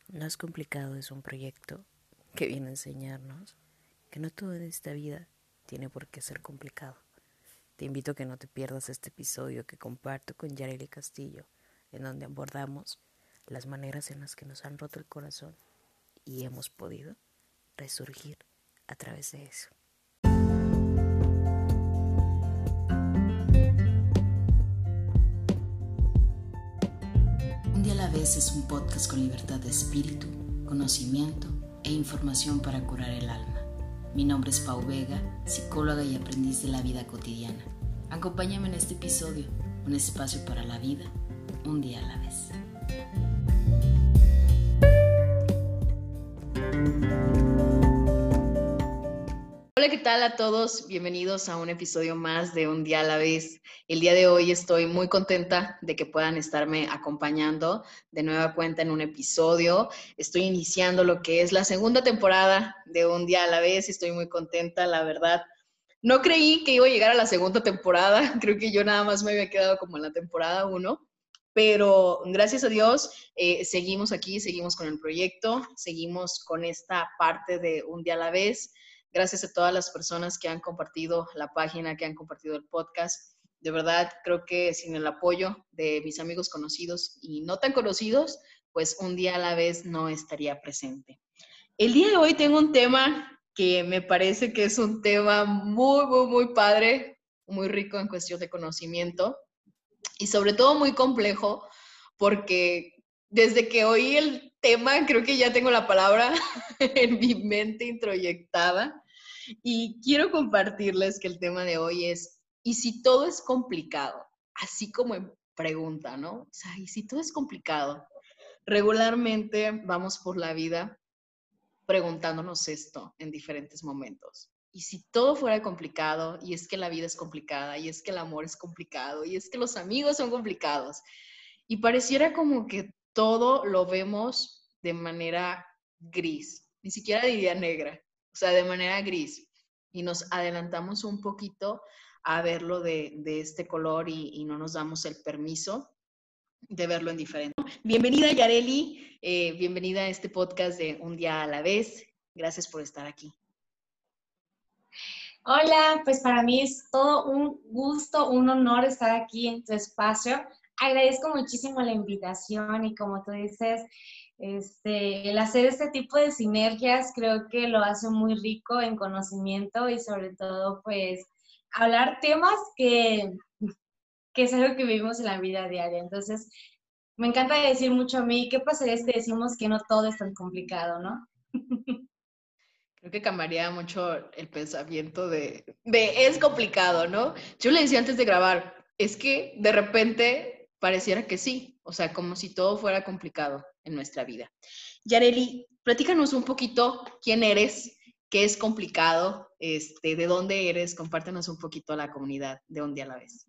No es complicado, es un proyecto que viene a enseñarnos que no todo en esta vida tiene por qué ser complicado. Te invito a que no te pierdas este episodio que comparto con Yareli Castillo, en donde abordamos las maneras en las que nos han roto el corazón y hemos podido resurgir a través de eso. Un día a la vez es un podcast con libertad de espíritu, conocimiento e información para curar el alma. Mi nombre es Pau Vega, psicóloga y aprendiz de la vida cotidiana. Acompáñame en este episodio, un espacio para la vida, un día a la vez. Hola, ¿qué tal a todos? Bienvenidos a un episodio más de Un Día a la Vez. El día de hoy estoy muy contenta de que puedan estarme acompañando de nueva cuenta en un episodio. Estoy iniciando lo que es la segunda temporada de Un Día a la Vez y estoy muy contenta, la verdad. No creí que iba a llegar a la segunda temporada, creo que yo nada más me había quedado como en la temporada 1, pero gracias a Dios seguimos aquí, seguimos con el proyecto, seguimos con esta parte de Un Día a la Vez. Gracias a todas las personas que han compartido la página, que han compartido el podcast. De verdad, creo que sin el apoyo de mis amigos conocidos y no tan conocidos, pues Un Día a la Vez no estaría presente. El día de hoy tengo un tema que me parece que es un tema muy padre, muy rico en cuestión de conocimiento y sobre todo muy complejo, porque desde que oí el tema creo que ya tengo la palabra en mi mente introyectada y quiero compartirles que el tema de hoy es, ¿y si todo es complicado? Así como en pregunta, ¿no? O sea, ¿y si todo es complicado? Regularmente vamos por la vida preguntándonos esto en diferentes momentos. Y si todo fuera complicado, y es que la vida es complicada, y es que el amor es complicado, y es que los amigos son complicados, y pareciera como que todo lo vemos de manera gris, ni siquiera diría negra, o sea, de manera gris, y nos adelantamos un poquito a verlo de este color y no nos damos el permiso de verlo en diferente. Bienvenida, Yareli, bienvenida a este podcast de Un Día a la Vez. Gracias por estar aquí. Hola, pues para mí es todo un gusto, un honor estar aquí en tu espacio. Agradezco muchísimo la invitación y como tú dices, el hacer este tipo de sinergias creo que lo hace muy rico en conocimiento y sobre todo pues hablar temas que es algo que vivimos en la vida diaria. Entonces, me encanta decir mucho a mí, ¿qué pasaría si decimos que no todo es tan complicado, no? Creo que cambiaría mucho el pensamiento de es complicado, ¿no? Yo le decía antes de grabar, es que de repente pareciera que sí, o sea, como si todo fuera complicado en nuestra vida. Yareli, platícanos un poquito quién eres, qué es complicado, de dónde eres, compártenos un poquito a la comunidad de Un Día a la Vez.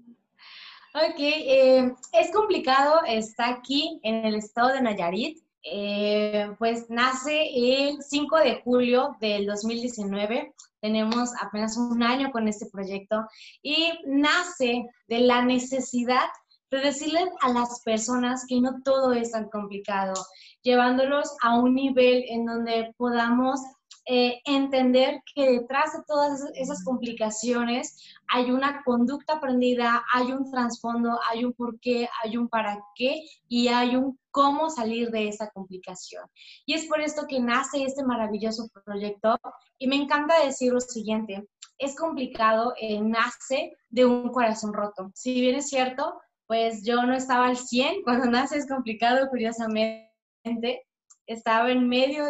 Ok, es complicado, está aquí en el estado de Nayarit, pues nace el 5 de julio del 2019, tenemos apenas un año con este proyecto y nace de la necesidad de decirle a las personas que no todo es tan complicado, llevándolos a un nivel en donde podamos entender que detrás de todas esas complicaciones hay una conducta aprendida, hay un trasfondo, hay un por qué, hay un para qué y hay un cómo salir de esa complicación. Y es por esto que nace este maravilloso proyecto y me encanta decir lo siguiente, es complicado, nace de un corazón roto. Si bien es cierto, pues yo no estaba al 100 cuando nace, es complicado, curiosamente, estaba en medio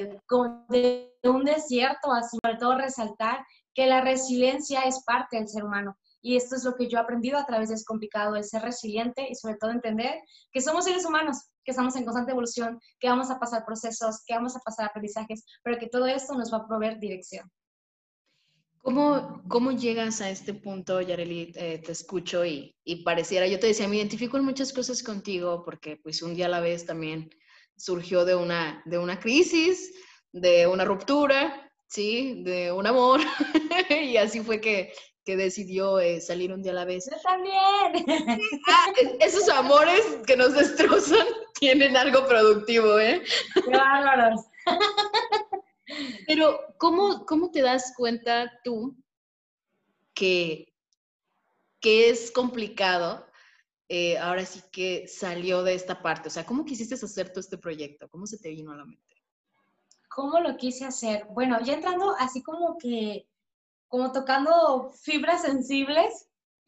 de un desierto, así, sobre todo resaltar que la resiliencia es parte del ser humano. Y esto es lo que yo he aprendido a través de Es Complicado, el ser resiliente y sobre todo entender que somos seres humanos, que estamos en constante evolución, que vamos a pasar procesos, que vamos a pasar aprendizajes, pero que todo esto nos va a proveer dirección. ¿Cómo llegas a este punto, Yareli? Te escucho y pareciera, yo te decía, me identifico en muchas cosas contigo porque pues un día a la vez también surgió de una crisis, de una ruptura, ¿sí? De un amor y así fue que decidió salir un día a la vez. Yo también. Esos amores que nos destrozan tienen algo productivo, ¿eh? Qué bárbaros. Pero, ¿cómo te das cuenta tú que es complicado? Ahora sí que salió de esta parte. O sea, ¿cómo quisiste hacer todo este proyecto? ¿Cómo se te vino a la mente? ¿Cómo lo quise hacer? Bueno, ya entrando así como tocando fibras sensibles,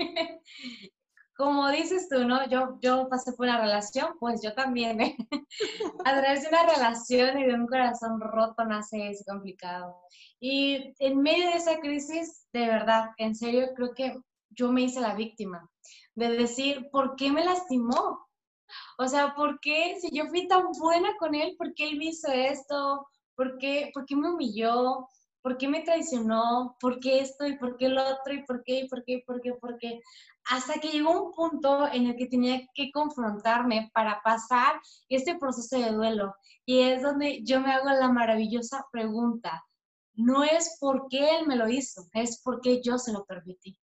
como dices tú, ¿no? Yo pasé por una relación, pues yo también, ¿eh? A través de una relación y de un corazón roto nace ese complicado. Y en medio de esa crisis, de verdad, en serio, creo que yo me hice la víctima de decir, ¿por qué me lastimó? O sea, ¿por qué si yo fui tan buena con él, por qué él me hizo esto? ¿Por qué me humilló? ¿Por qué me traicionó? ¿Por qué esto y por qué lo otro? ¿Y por qué? ¿Y por qué? ¿Y por qué? ¿Por qué? Hasta que llegó un punto en el que tenía que confrontarme para pasar este proceso de duelo. Y es donde yo me hago la maravillosa pregunta. No es por qué él me lo hizo, es por qué yo se lo permití.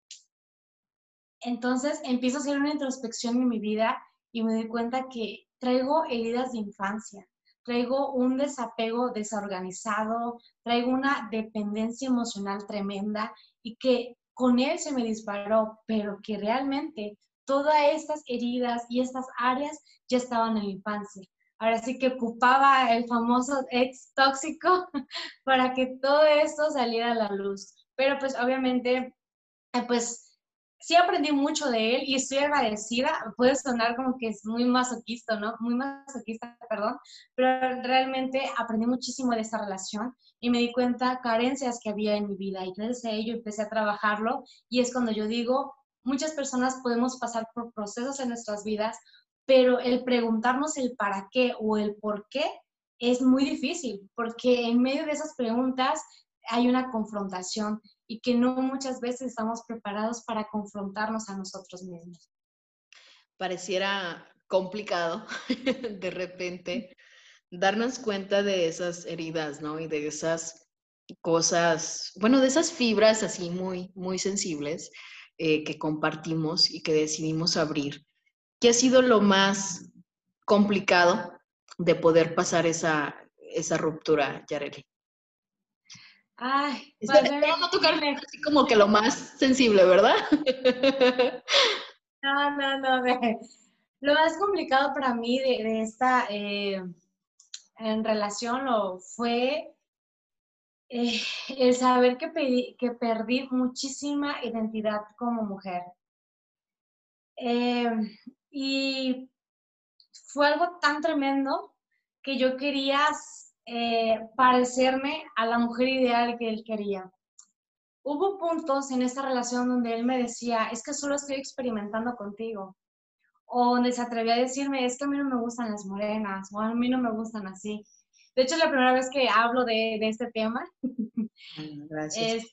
Entonces empiezo a hacer una introspección en mi vida y me doy cuenta que traigo heridas de infancia, traigo un desapego desorganizado, traigo una dependencia emocional tremenda y que con él se me disparó, pero que realmente todas estas heridas y estas áreas ya estaban en la infancia. Ahora sí que ocupaba el famoso ex tóxico para que todo esto saliera a la luz. Pero pues obviamente, pues sí aprendí mucho de él y estoy agradecida. Puede sonar como que es muy masoquista, ¿no? Muy masoquista, perdón, pero realmente aprendí muchísimo de esta relación y me di cuenta carencias que había en mi vida y gracias a ello empecé a trabajarlo y es cuando yo digo, muchas personas podemos pasar por procesos en nuestras vidas, pero el preguntarnos el para qué o el por qué es muy difícil, porque en medio de esas preguntas hay una confrontación y que no muchas veces estamos preparados para confrontarnos a nosotros mismos. Pareciera complicado de repente darnos cuenta de esas heridas, ¿no? Y de esas cosas, bueno, de esas fibras así muy, muy sensibles que compartimos y que decidimos abrir. ¿Qué ha sido lo más complicado de poder pasar esa ruptura, Yareli? Ay, pues Espero no tocar así como que lo más sensible, ¿verdad? no. Lo más complicado para mí de esta en relación fue el saber que perdí muchísima identidad como mujer. Y fue algo tan tremendo que yo quería parecerme a la mujer ideal que él quería. Hubo puntos en esta relación donde él me decía, es que solo estoy experimentando contigo. O donde se atrevía a decirme, es que a mí no me gustan las morenas, o a mí no me gustan así. De hecho, es la primera vez que hablo de este tema. Gracias.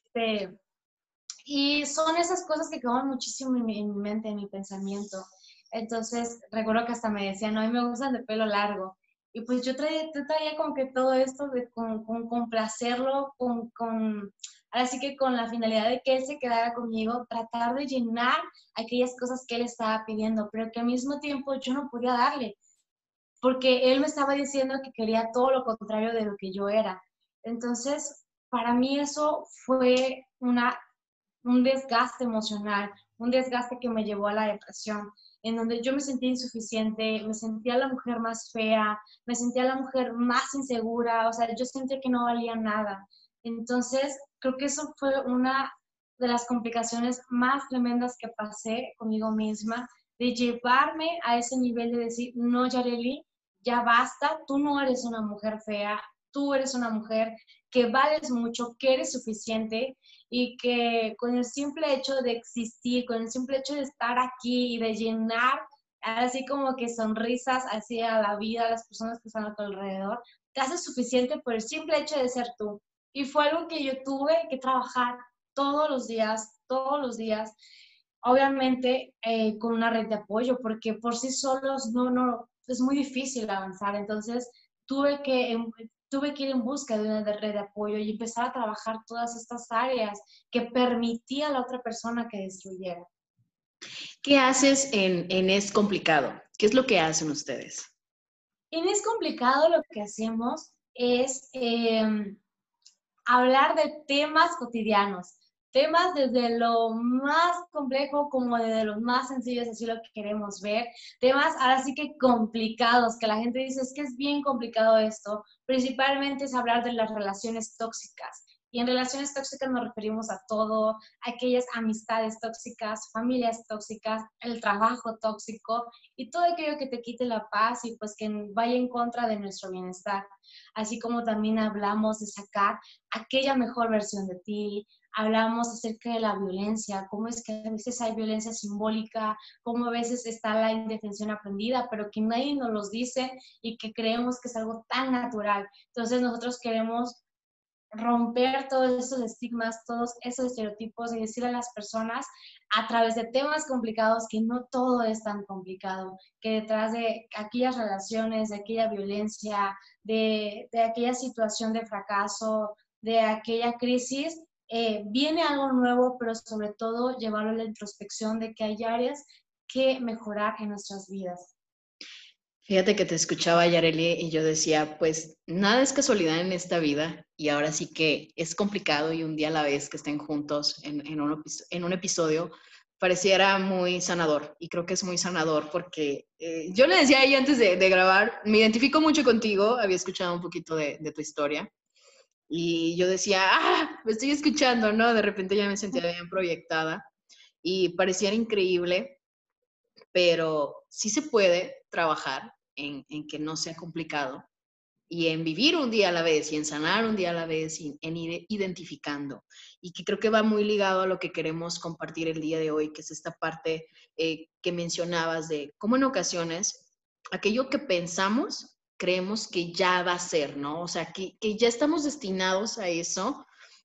Y son esas cosas que quedan muchísimo en mi mente, en mi pensamiento. Entonces, recuerdo que hasta me decían, no, a mí me gustan de pelo largo. Y pues yo traía como que todo esto de con complacerlo, ahora sí que con la finalidad de que él se quedara conmigo, tratar de llenar aquellas cosas que él estaba pidiendo, pero que al mismo tiempo yo no podía darle, porque él me estaba diciendo que quería todo lo contrario de lo que yo era. Entonces, para mí eso fue un desgaste emocional, un desgaste que me llevó a la depresión, en donde yo me sentía insuficiente, me sentía la mujer más fea, me sentía la mujer más insegura, o sea, yo sentía que no valía nada. Entonces, creo que eso fue una de las complicaciones más tremendas que pasé conmigo misma, de llevarme a ese nivel de decir, no, Yareli, ya basta, tú no eres una mujer fea, tú eres una mujer que vales mucho, que eres suficiente y que con el simple hecho de existir, con el simple hecho de estar aquí y de llenar así como que sonrisas así a la vida, a las personas que están a tu alrededor, te hace suficiente por el simple hecho de ser tú. Y fue algo que yo tuve que trabajar todos los días, obviamente con una red de apoyo, porque por sí solos no, es muy difícil avanzar. Entonces tuve que tuve que ir en busca de una red de apoyo y empezar a trabajar todas estas áreas que permitía a la otra persona que destruyera. ¿Qué haces en Es Complicado? ¿Qué es lo que hacen ustedes? En Es Complicado lo que hacemos es hablar de temas cotidianos, temas desde lo más complejo como desde los más sencillos, así lo que queremos ver, temas ahora sí que complicados, que la gente dice es que es bien complicado esto, principalmente es hablar de las relaciones tóxicas. Y en relaciones tóxicas nos referimos a todo, a aquellas amistades tóxicas, familias tóxicas, el trabajo tóxico y todo aquello que te quite la paz y pues que vaya en contra de nuestro bienestar. Así como también hablamos de sacar aquella mejor versión de ti, hablamos acerca de la violencia, cómo es que a veces hay violencia simbólica, cómo a veces está la indefensión aprendida, pero que nadie nos los dice y que creemos que es algo tan natural. Entonces nosotros queremos romper todos esos estigmas, todos esos estereotipos y decirle a las personas a través de temas complicados que no todo es tan complicado, que detrás de aquellas relaciones, de aquella violencia, de aquella situación de fracaso, de aquella crisis, viene algo nuevo, pero sobre todo llevarlo a la introspección de que hay áreas que mejorar en nuestras vidas. Fíjate que te escuchaba, Yareli, y yo decía, pues nada es casualidad en esta vida y ahora sí que es complicado y un día a la vez que estén juntos en un episodio pareciera muy sanador y creo que es muy sanador porque yo le decía a ella antes de grabar, me identifico mucho contigo, había escuchado un poquito de tu historia y yo decía, me estoy escuchando, ¿no? De repente ya me sentía bien proyectada y pareciera increíble, pero sí se puede trabajar en que no sea complicado y en vivir un día a la vez y en sanar un día a la vez y en ir identificando. Y que creo que va muy ligado a lo que queremos compartir el día de hoy, que es esta parte que mencionabas de cómo en ocasiones aquello que pensamos creemos que ya va a ser, ¿no? O sea, que ya estamos destinados a eso,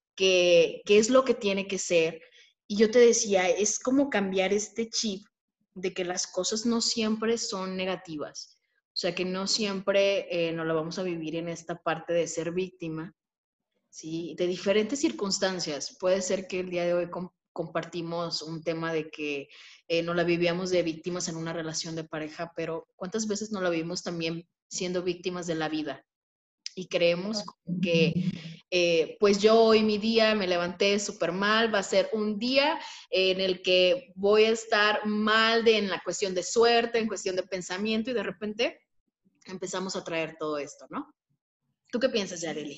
que es lo que tiene que ser. Y yo te decía, es como cambiar este chip de que las cosas no siempre son negativas. O sea, que no siempre nos la vamos a vivir en esta parte de ser víctima, ¿sí? De diferentes circunstancias. Puede ser que el día de hoy compartimos un tema de que no la vivíamos de víctimas en una relación de pareja, pero ¿cuántas veces no la vivimos también siendo víctimas de la vida? Y creemos que pues yo hoy mi día me levanté súper mal, va a ser un día en el que voy a estar mal en la cuestión de suerte, en cuestión de pensamiento y de repente empezamos a traer todo esto, ¿no? ¿Tú qué piensas, Yareli?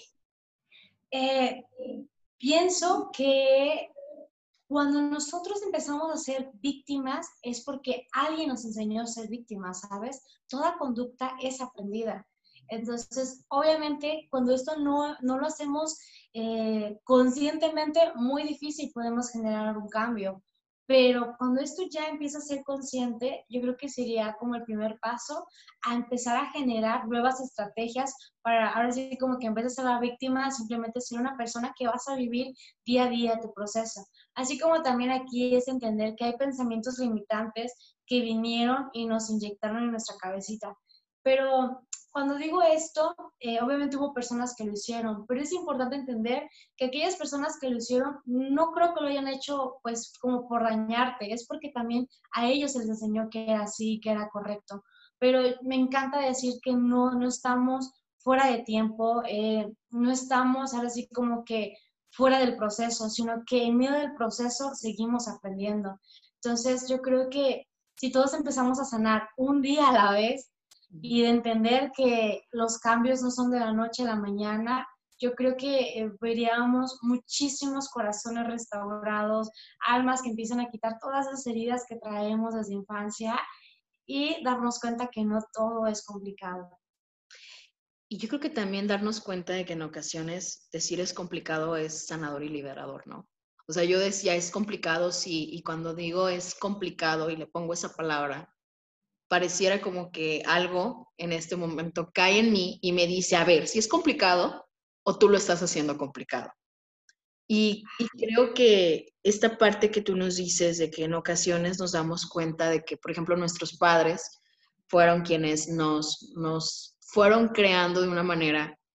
Pienso que cuando nosotros empezamos a ser víctimas es porque alguien nos enseñó a ser víctimas, ¿sabes? Toda conducta es aprendida. Entonces, obviamente, cuando esto no lo hacemos conscientemente, muy difícil podemos generar un cambio. Pero cuando esto ya empieza a ser consciente, yo creo que sería como el primer paso a empezar a generar nuevas estrategias para, ahora sí, como que en vez de ser la víctima, simplemente ser una persona que vas a vivir día a día tu proceso. Así como también aquí es entender que hay pensamientos limitantes que vinieron y nos inyectaron en nuestra cabecita. Pero cuando digo esto, obviamente hubo personas que lo hicieron, pero es importante entender que aquellas personas que lo hicieron no creo que lo hayan hecho pues como por dañarte, es porque también a ellos se les enseñó que era así, que era correcto. Pero me encanta decir que no estamos fuera de tiempo, no estamos ahora sí como que fuera del proceso, sino que en medio del proceso seguimos aprendiendo. Entonces yo creo que si todos empezamos a sanar un día a la vez y de entender que los cambios no son de la noche a la mañana, yo creo que veríamos muchísimos corazones restaurados, almas que empiezan a quitar todas esas heridas que traemos desde infancia y darnos cuenta que no todo es complicado. Y yo creo que también darnos cuenta de que en ocasiones decir es complicado es sanador y liberador, ¿no? O sea, yo decía es complicado, sí, y cuando digo es complicado y le pongo esa palabra, pareciera como que algo en este momento cae en mí y me dice, a ver, si es complicado o tú lo estás haciendo complicado. Y creo que esta parte que tú nos dices de que en ocasiones nos damos cuenta de que, por ejemplo, nuestros padres fueron quienes nos fueron creando de una manera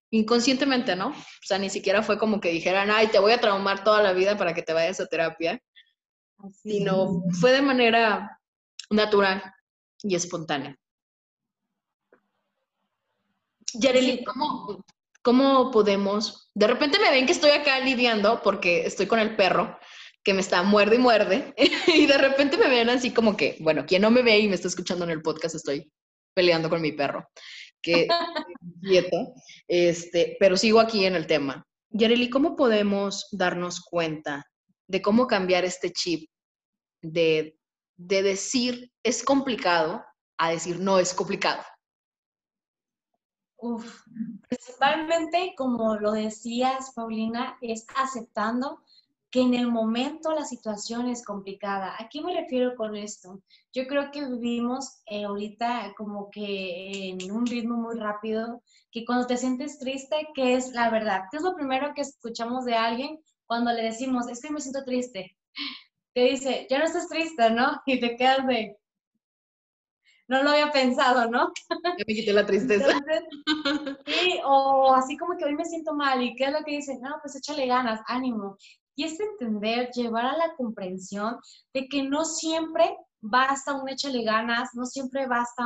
inconscientemente, ¿no? O sea, ni siquiera fue como que dijeran, ay, te voy a traumar toda la vida para que te vayas a terapia, sino fue de manera natural y espontánea. Yareli, ¿cómo podemos? De repente me ven que estoy acá lidiando porque estoy con el perro que me está muerde y muerde y de repente me ven así como que, bueno, quien no me ve y me está escuchando en el podcast, estoy peleando con mi perro, que quieto, pero sigo aquí en el tema. Yareli, ¿cómo podemos darnos cuenta de cómo cambiar este chip de decir es complicado a decir no es complicado? Principalmente, como lo decías, Paulina, es aceptando que en el momento la situación es complicada. ¿A qué me refiero con esto? Yo creo que vivimos ahorita como que en un ritmo muy rápido, que cuando te sientes triste, ¿qué es la verdad? ¿Qué es lo primero que escuchamos de alguien cuando le decimos, es que me siento triste? Te dice, ya no estás triste, ¿no? Y te quedas de, no lo había pensado, ¿no? Ya me quité la tristeza. Entonces, sí, o así como que hoy me siento mal, ¿y qué es lo que dicen? No, pues échale ganas, ánimo. Y es entender, llevar a la comprensión de que no siempre basta un échale ganas, no siempre basta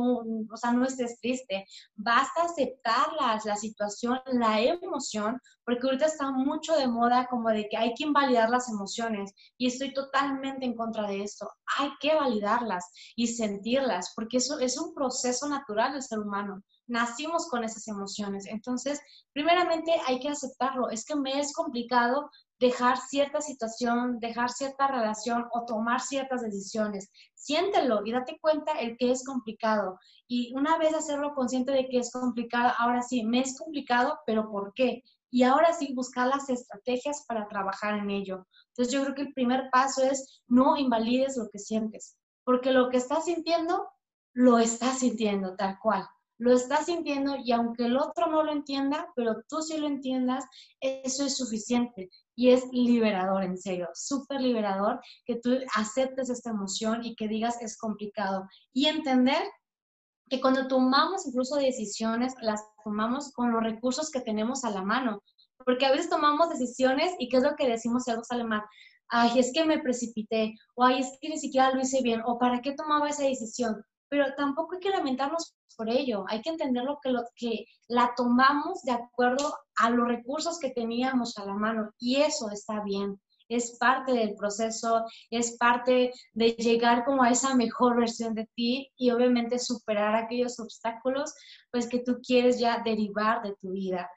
o sea, no estés triste, basta aceptar la situación, la emoción, porque ahorita está mucho de moda como de que hay que invalidar las emociones, y estoy totalmente en contra de esto. Hay que validarlas y sentirlas, porque eso es un proceso natural del ser humano. Nacimos con esas emociones. Entonces, primeramente hay que aceptarlo. Es que me es complicado dejar cierta situación, dejar cierta relación o tomar ciertas decisiones. Siéntelo y date cuenta el que es complicado. Y una vez hacerlo consciente de que es complicado, ahora sí, me es complicado, pero ¿por qué? Y ahora sí, buscar las estrategias para trabajar en ello. Entonces, yo creo que el primer paso es no invalides lo que sientes, porque lo que estás sintiendo, lo estás sintiendo tal cual. Lo estás sintiendo y aunque el otro no lo entienda, pero tú sí lo entiendas, eso es suficiente y es liberador, en serio, súper liberador que tú aceptes esta emoción y que digas es complicado y entender que cuando tomamos incluso decisiones, las tomamos con los recursos que tenemos a la mano, porque a veces tomamos decisiones y ¿qué es lo que decimos si algo sale mal? Ay, es que me precipité, o ay, es que ni siquiera lo hice bien, o ¿para qué tomaba esa decisión? Pero tampoco hay que lamentarnos por ello, hay que entender lo que la tomamos de acuerdo a los recursos que teníamos a la mano, y eso está bien. Es parte del proceso, es parte de llegar como a esa mejor versión de ti y obviamente superar aquellos obstáculos pues que tú quieres ya derivar de tu vida.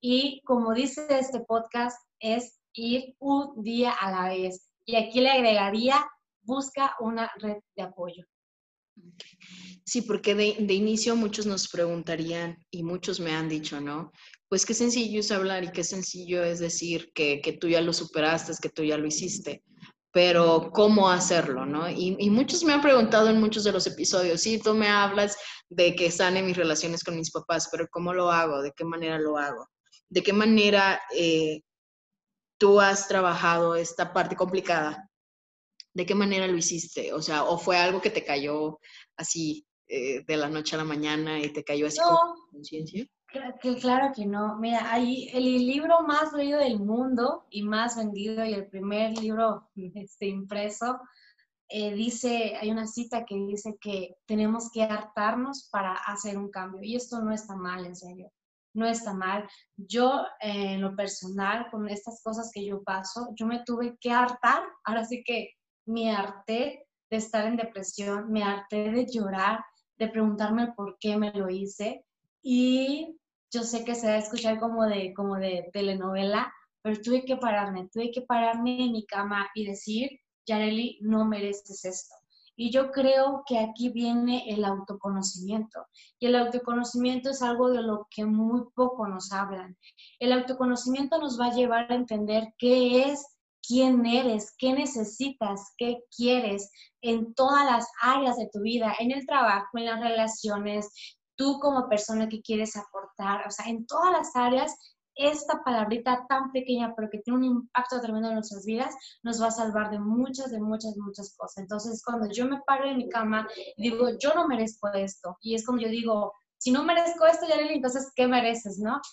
Y como dice este podcast, es ir un día a la vez. Y aquí le agregaría, busca una red de apoyo. Sí, porque de inicio muchos nos preguntarían y muchos me han dicho, ¿no? Pues qué sencillo es hablar y qué sencillo es decir que tú ya lo superaste, que tú ya lo hiciste, pero ¿cómo hacerlo, no? Y muchos me han preguntado en muchos de los episodios, sí, tú me hablas de que sane mis relaciones con mis papás, pero ¿cómo lo hago? ¿De qué manera lo hago? ¿De qué manera tú has trabajado esta parte complicada? ¿De qué manera lo hiciste? O sea, ¿o fue algo que te cayó así de la noche a la mañana y te cayó así No, con conciencia? claro que no. Mira, hay el libro más leído del mundo y más vendido y el primer libro impreso, dice, hay una cita que dice que tenemos que hartarnos para hacer un cambio. Y esto no está mal, en serio. No está mal. Yo, en lo personal, con estas cosas que yo paso, yo me tuve que hartar. Ahora sí que me harté de estar en depresión, me harté de llorar, de preguntarme por qué me lo hice. Y yo sé que se va a escuchar como de telenovela, pero tuve que pararme en mi cama y decir, Yareli, no mereces esto. Y yo creo que aquí viene el autoconocimiento. Y el autoconocimiento es algo de lo que muy poco nos hablan. El autoconocimiento nos va a llevar a entender qué es, quién eres, qué necesitas, qué quieres en todas las áreas de tu vida, en el trabajo, en las relaciones, tú como persona que quieres aportar, o sea, en todas las áreas esta palabrita tan pequeña, pero que tiene un impacto tremendo en nuestras vidas, nos va a salvar de muchas cosas. Entonces, cuando yo me paro en mi cama y digo, yo no merezco esto, y es como yo digo, si no merezco esto, Yareli, entonces, ¿qué mereces, no?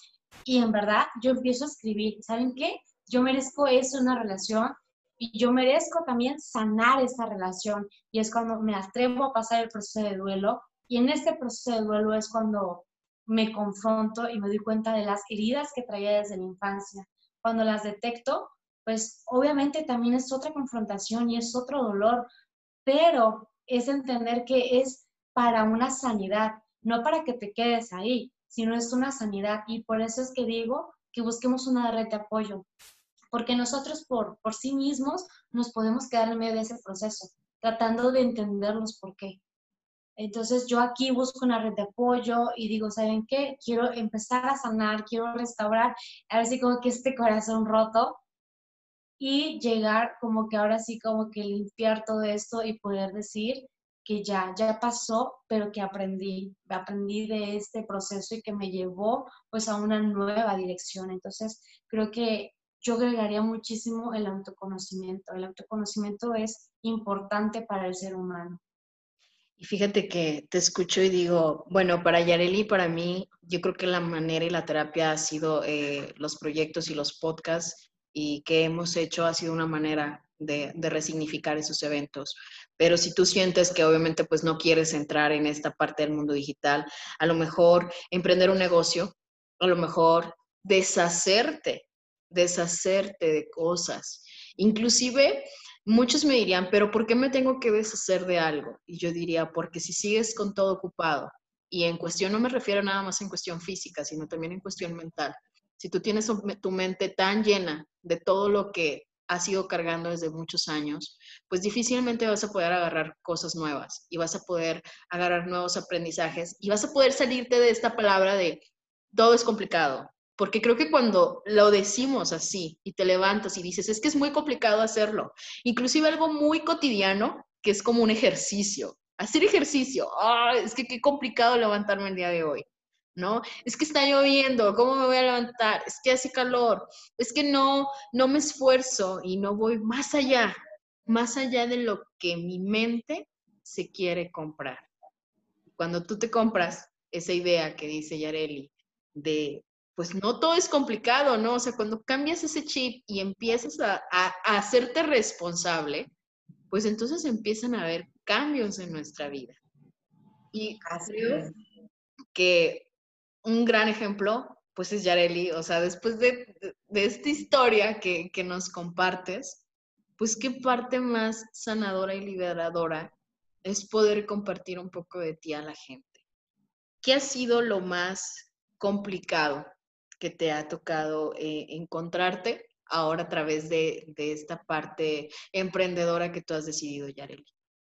y en verdad yo empiezo a escribir, ¿saben qué? Yo merezco eso en una relación y yo merezco también sanar esta relación. Y es cuando me atrevo a pasar el proceso de duelo. Y en este proceso de duelo es cuando me confronto y me doy cuenta de las heridas que traía desde la infancia. Cuando las detecto, pues obviamente también es otra confrontación y es otro dolor, pero es entender que es para una sanidad, no para que te quedes ahí, sino es una sanidad. Y por eso es que digo que busquemos una red de apoyo, porque nosotros por sí mismos nos podemos quedar en medio de ese proceso, tratando de entender los por qué. Entonces yo aquí busco una red de apoyo y digo, ¿saben qué? Quiero empezar a sanar, quiero restaurar, a ver si como que este corazón roto y llegar como que ahora sí como que limpiar todo esto y poder decir que ya pasó, pero que aprendí de este proceso y que me llevó pues a una nueva dirección. Entonces creo que yo agregaría muchísimo el autoconocimiento. El autoconocimiento es importante para el ser humano. Y fíjate que te escucho y digo, bueno, para Yareli y para mí, yo creo que la manera y la terapia ha sido los proyectos y los podcasts y que hemos hecho ha sido una manera de resignificar esos eventos. Pero si tú sientes que obviamente pues no quieres entrar en esta parte del mundo digital, a lo mejor emprender un negocio, a lo mejor deshacerte de cosas. Inclusive muchos me dirían, pero ¿por qué me tengo que deshacer de algo? Y yo diría, porque si sigues con todo ocupado, y en cuestión no me refiero nada más en cuestión física, sino también en cuestión mental. Si tú tienes tu mente tan llena de todo lo que has ido cargando desde muchos años, pues difícilmente vas a poder agarrar cosas nuevas y vas a poder agarrar nuevos aprendizajes y vas a poder salirte de esta palabra de todo es complicado, porque creo que cuando lo decimos así y te levantas y dices, es que es muy complicado hacerlo, inclusive algo muy cotidiano, que es como un ejercicio, hacer ejercicio, oh, es que qué complicado levantarme el día de hoy, ¿no? Es que está lloviendo, ¿cómo me voy a levantar? Es que hace calor, es que no me esfuerzo y no voy más allá de lo que mi mente se quiere comprar. Cuando tú te compras esa idea que dice Yareli de, pues no todo es complicado, ¿no? O sea, cuando cambias ese chip y empiezas a hacerte responsable, pues entonces empiezan a haber cambios en nuestra vida. Y Así creo es. que un gran ejemplo, pues es Yareli, o sea, después de esta historia que nos compartes, pues qué parte más sanadora y liberadora es poder compartir un poco de ti a la gente. ¿Qué ha sido lo más complicado que te ha tocado encontrarte ahora a través de esta parte emprendedora que tú has decidido, Yareli?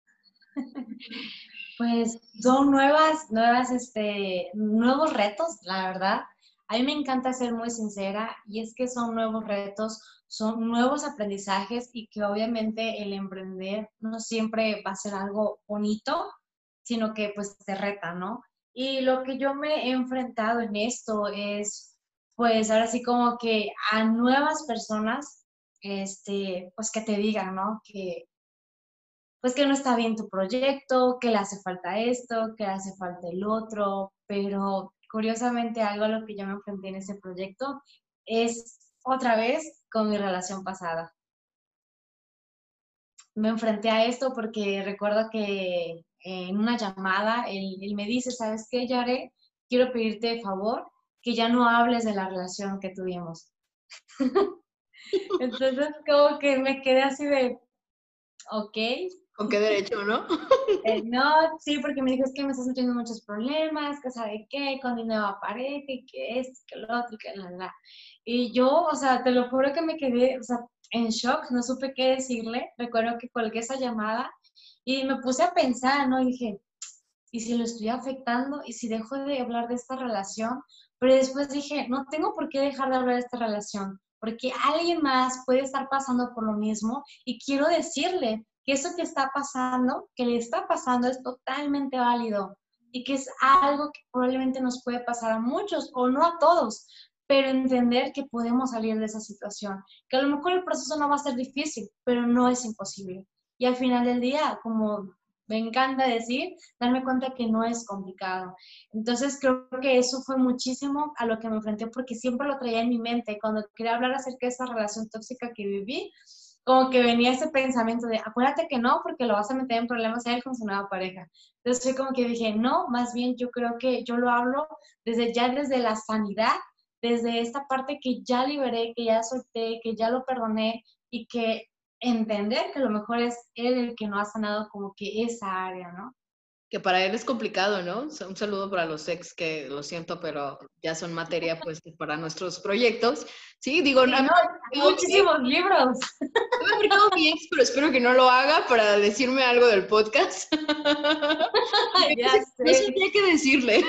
Pues son nuevos retos, la verdad. A mí me encanta ser muy sincera y es que son nuevos retos, son nuevos aprendizajes y que obviamente el emprender no siempre va a ser algo bonito, sino que pues te reta, ¿no? Y lo que yo me he enfrentado en esto es, pues ahora sí como que a nuevas personas, pues que te digan, ¿no? Que pues que no está bien tu proyecto, que le hace falta esto, que le hace falta el otro, pero curiosamente algo a lo que yo me enfrenté en ese proyecto es otra vez con mi relación pasada. Me enfrenté a esto porque recuerdo que en una llamada él me dice, ¿sabes qué, Yare? Quiero pedirte de favor que ya no hables de la relación que tuvimos. Entonces como que me quedé así de, ok. ¿Con qué derecho, no? No, sí, porque me dijo, es que me estás metiendo muchos problemas, que sabe qué, con mi nueva pareja, y que esto, que lo otro, y que la. Y yo, o sea, te lo juro que me quedé, o sea, en shock, no supe qué decirle. Recuerdo que colgué esa llamada y me puse a pensar, ¿no? Y dije, ¿y si lo estoy afectando? ¿Y si dejo de hablar de esta relación? Pero después dije, no tengo por qué dejar de hablar de esta relación, porque alguien más puede estar pasando por lo mismo y quiero decirle que eso que está pasando, que le está pasando, es totalmente válido y que es algo que probablemente nos puede pasar a muchos o no a todos, pero entender que podemos salir de esa situación, que a lo mejor el proceso no va a ser difícil, pero no es imposible. Y al final del día, como me encanta decir, darme cuenta que no es complicado. Entonces creo que eso fue muchísimo a lo que me enfrenté porque siempre lo traía en mi mente. Cuando quería hablar acerca de esa relación tóxica que viví, como que venía ese pensamiento de, acuérdate que no, porque lo vas a meter en problemas a él con su nueva pareja. Entonces fue como que dije, no, más bien yo creo que yo lo hablo desde la sanidad, desde esta parte que ya liberé, que ya solté, que ya lo perdoné y que entender que a lo mejor es él el que no ha sanado como que esa área, ¿no? Que para él es complicado, ¿no? Un saludo para los ex que lo siento, pero ya son materia pues para nuestros proyectos. Sí, digo, Sí, no, hay muchísimos libros. No me ha marcado mi ex, pero espero que no lo haga para decirme algo del podcast. Ya No sé. sabía qué decirle.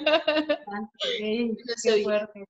Sí, No qué soy. fuerte.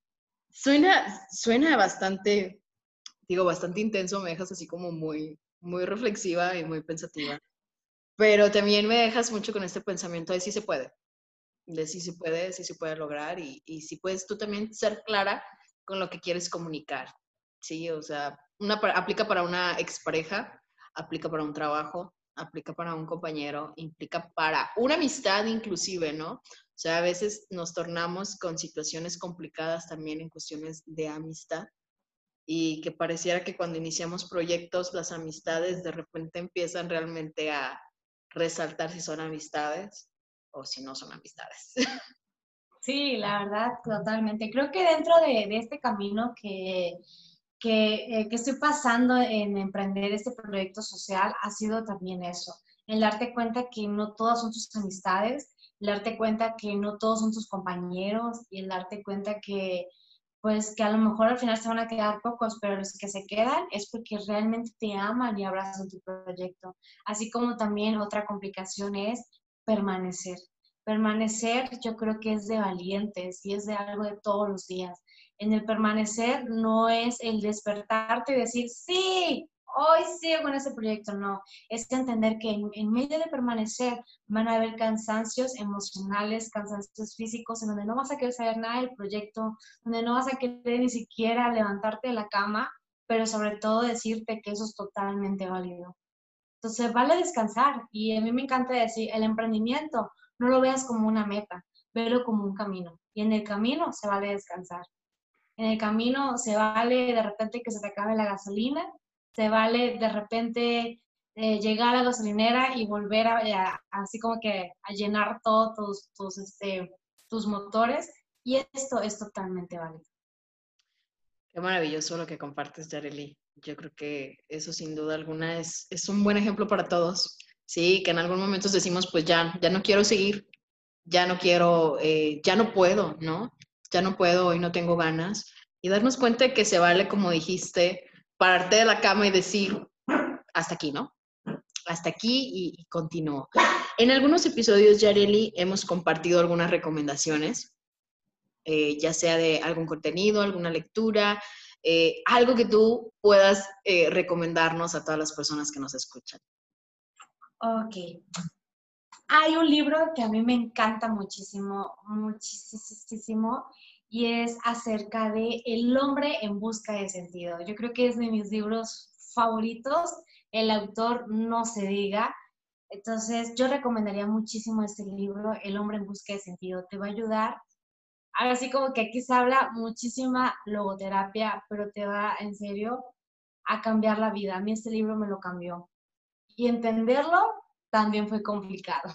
Suena bastante, digo, bastante intenso, me dejas así como muy, muy reflexiva y muy pensativa. Pero también me dejas mucho con este pensamiento de sí se puede, de sí se puede lograr y si puedes tú también ser clara con lo que quieres comunicar, ¿sí? O sea, aplica para una expareja, aplica para un trabajo, aplica para un compañero, implica para una amistad inclusive, ¿no? O sea, a veces nos tornamos con situaciones complicadas también en cuestiones de amistad y que pareciera que cuando iniciamos proyectos, las amistades de repente empiezan realmente a resaltar si son amistades o si no son amistades. Sí, la verdad, totalmente. Creo que dentro de este camino que estoy pasando en emprender este proyecto social ha sido también eso, el darte cuenta que no todas son tus amistades, el darte cuenta que no todos son tus compañeros y el darte cuenta que pues que a lo mejor al final se van a quedar pocos, pero los que se quedan es porque realmente te aman y abrazan tu proyecto. Así como también otra complicación es permanecer. Permanecer yo creo que es de valientes y es de algo de todos los días. En el permanecer no es el despertarte y decir, sí, hoy sigo con ese proyecto, no. Es entender que en medio de permanecer van a haber cansancios emocionales, cansancios físicos, en donde no vas a querer saber nada del proyecto, donde no vas a querer ni siquiera levantarte de la cama, pero sobre todo decirte que eso es totalmente válido. Entonces, vale descansar. Y a mí me encanta decir, el emprendimiento, no lo veas como una meta, velo como un camino. Y en el camino se vale descansar. En el camino se vale de repente que se te acabe la gasolina, se vale de repente llegar a la gasolinera y volver así como que a llenar todos tus motores. Y esto es totalmente válido. Qué maravilloso lo que compartes, Yareli. Yo creo que eso sin duda alguna es un buen ejemplo para todos. Sí, que en algún momento decimos, pues ya no quiero seguir, ya no quiero, ya no puedo, ¿no? Ya no puedo, hoy no tengo ganas. Y darnos cuenta de que se vale, como dijiste, pararte de la cama y decir, hasta aquí, ¿no? Hasta aquí y continúo. En algunos episodios, Yareli, hemos compartido algunas recomendaciones, ya sea de algún contenido, alguna lectura, algo que tú puedas recomendarnos a todas las personas que nos escuchan. Ok. Hay un libro que a mí me encanta muchísimo, muchísimo, y es acerca de El hombre en busca de sentido. Yo creo que es de mis libros favoritos. El autor no se diga. Entonces, yo recomendaría muchísimo este libro, El hombre en busca de sentido. Te va a ayudar. Ahora sí, como que aquí se habla muchísima logoterapia, pero te va en serio a cambiar la vida. A mí este libro me lo cambió. Y entenderlo también fue complicado.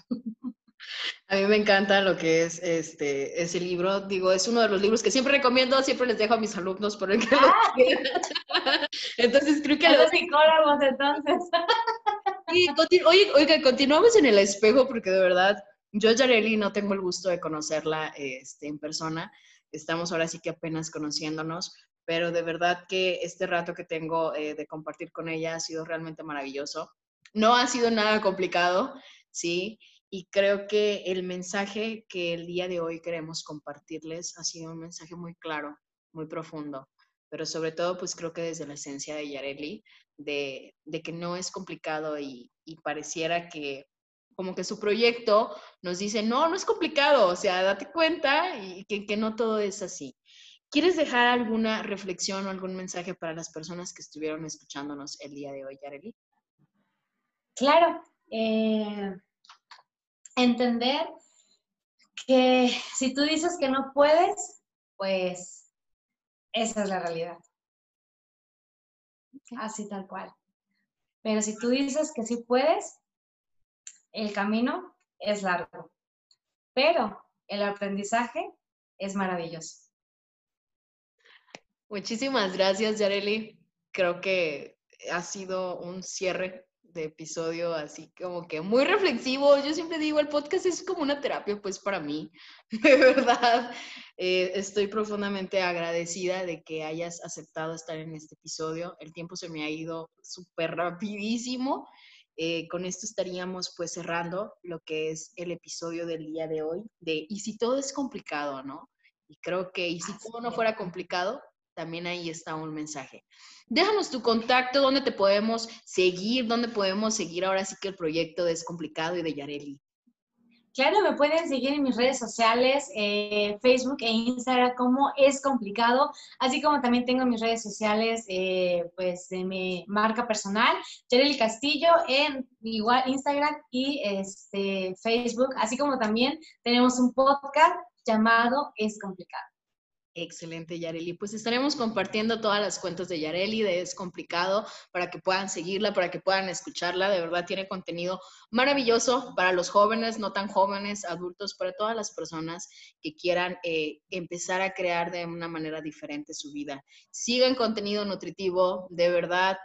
A mí me encanta lo que es ese libro. Digo, es uno de los libros que siempre recomiendo, siempre les dejo a mis alumnos por el que lo quieran. Entonces creo que Los psicólogos, entonces. Sí, oiga, continuamos en el espejo porque de verdad, yo, Yareli, no tengo el gusto de conocerla en persona. Estamos ahora sí que apenas conociéndonos, pero de verdad que este rato que tengo de compartir con ella ha sido realmente maravilloso. No ha sido nada complicado, ¿sí? Y creo que el mensaje que el día de hoy queremos compartirles ha sido un mensaje muy claro, muy profundo, pero sobre todo, pues creo que desde la esencia de Yareli, de que no es complicado y pareciera que como que su proyecto nos dice, no es complicado, o sea, date cuenta y que no todo es así. ¿Quieres dejar alguna reflexión o algún mensaje para las personas que estuvieron escuchándonos el día de hoy, Yareli? Claro, entender que si tú dices que no puedes, pues esa es la realidad. Así tal cual. Pero si tú dices que sí puedes, el camino es largo, pero el aprendizaje es maravilloso. Muchísimas gracias, Yareli. Creo que ha sido un cierre de episodio así como que muy reflexivo. Yo siempre digo, el podcast es como una terapia, pues para mí, de verdad. Estoy profundamente agradecida de que hayas aceptado estar en este episodio. El tiempo se me ha ido súper rapidísimo. Con esto estaríamos pues cerrando lo que es el episodio del día de hoy, de ¿y si todo es complicado, no? Y creo que ¿y si todo no fuera complicado? También ahí está un mensaje. Déjanos tu contacto, dónde te podemos seguir, dónde podemos seguir ahora sí que el proyecto de Descomplicado y de Yareli. Claro, me pueden seguir en mis redes sociales, Facebook e Instagram como Es Complicado, así como también tengo mis redes sociales pues de mi marca personal, Yareli Castillo, en igual Instagram y Facebook, así como también tenemos un podcast llamado Es Complicado. Excelente, Yareli. Pues estaremos compartiendo todas las cuentas de Yareli, de Es Complicado, para que puedan seguirla, para que puedan escucharla. De verdad tiene contenido maravilloso para los jóvenes, no tan jóvenes, adultos, para todas las personas que quieran empezar a crear de una manera diferente su vida. Sigan contenido nutritivo, de verdad.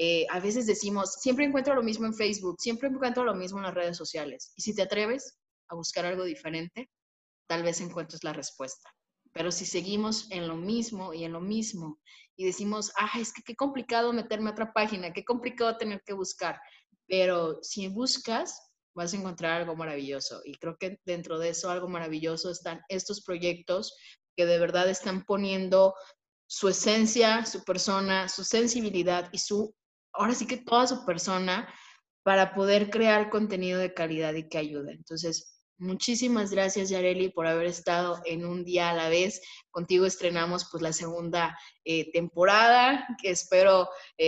A veces decimos, siempre encuentro lo mismo en Facebook, siempre encuentro lo mismo en las redes sociales. Y si te atreves a buscar algo diferente, tal vez encuentres la respuesta. Pero si seguimos en lo mismo y en lo mismo y decimos, es que qué complicado meterme a otra página, qué complicado tener que buscar. Pero si buscas, vas a encontrar algo maravilloso. Y creo que dentro de eso, algo maravilloso están estos proyectos que de verdad están poniendo su esencia, su persona, su sensibilidad y ahora sí que toda su persona para poder crear contenido de calidad y que ayude. Entonces, muchísimas gracias, Yareli, por haber estado en Un Día a la Vez. Contigo estrenamos pues la segunda temporada, que espero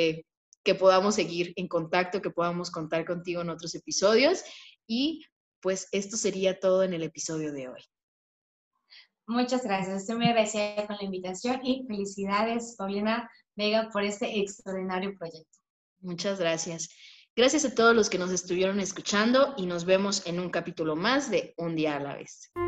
que podamos seguir en contacto, que podamos contar contigo en otros episodios. Y pues esto sería todo en el episodio de hoy. Muchas gracias. Estoy muy agradecida con la invitación y felicidades, Paulina Vega, por este extraordinario proyecto. Muchas gracias. Gracias a todos los que nos estuvieron escuchando y nos vemos en un capítulo más de Un Día a la Vez.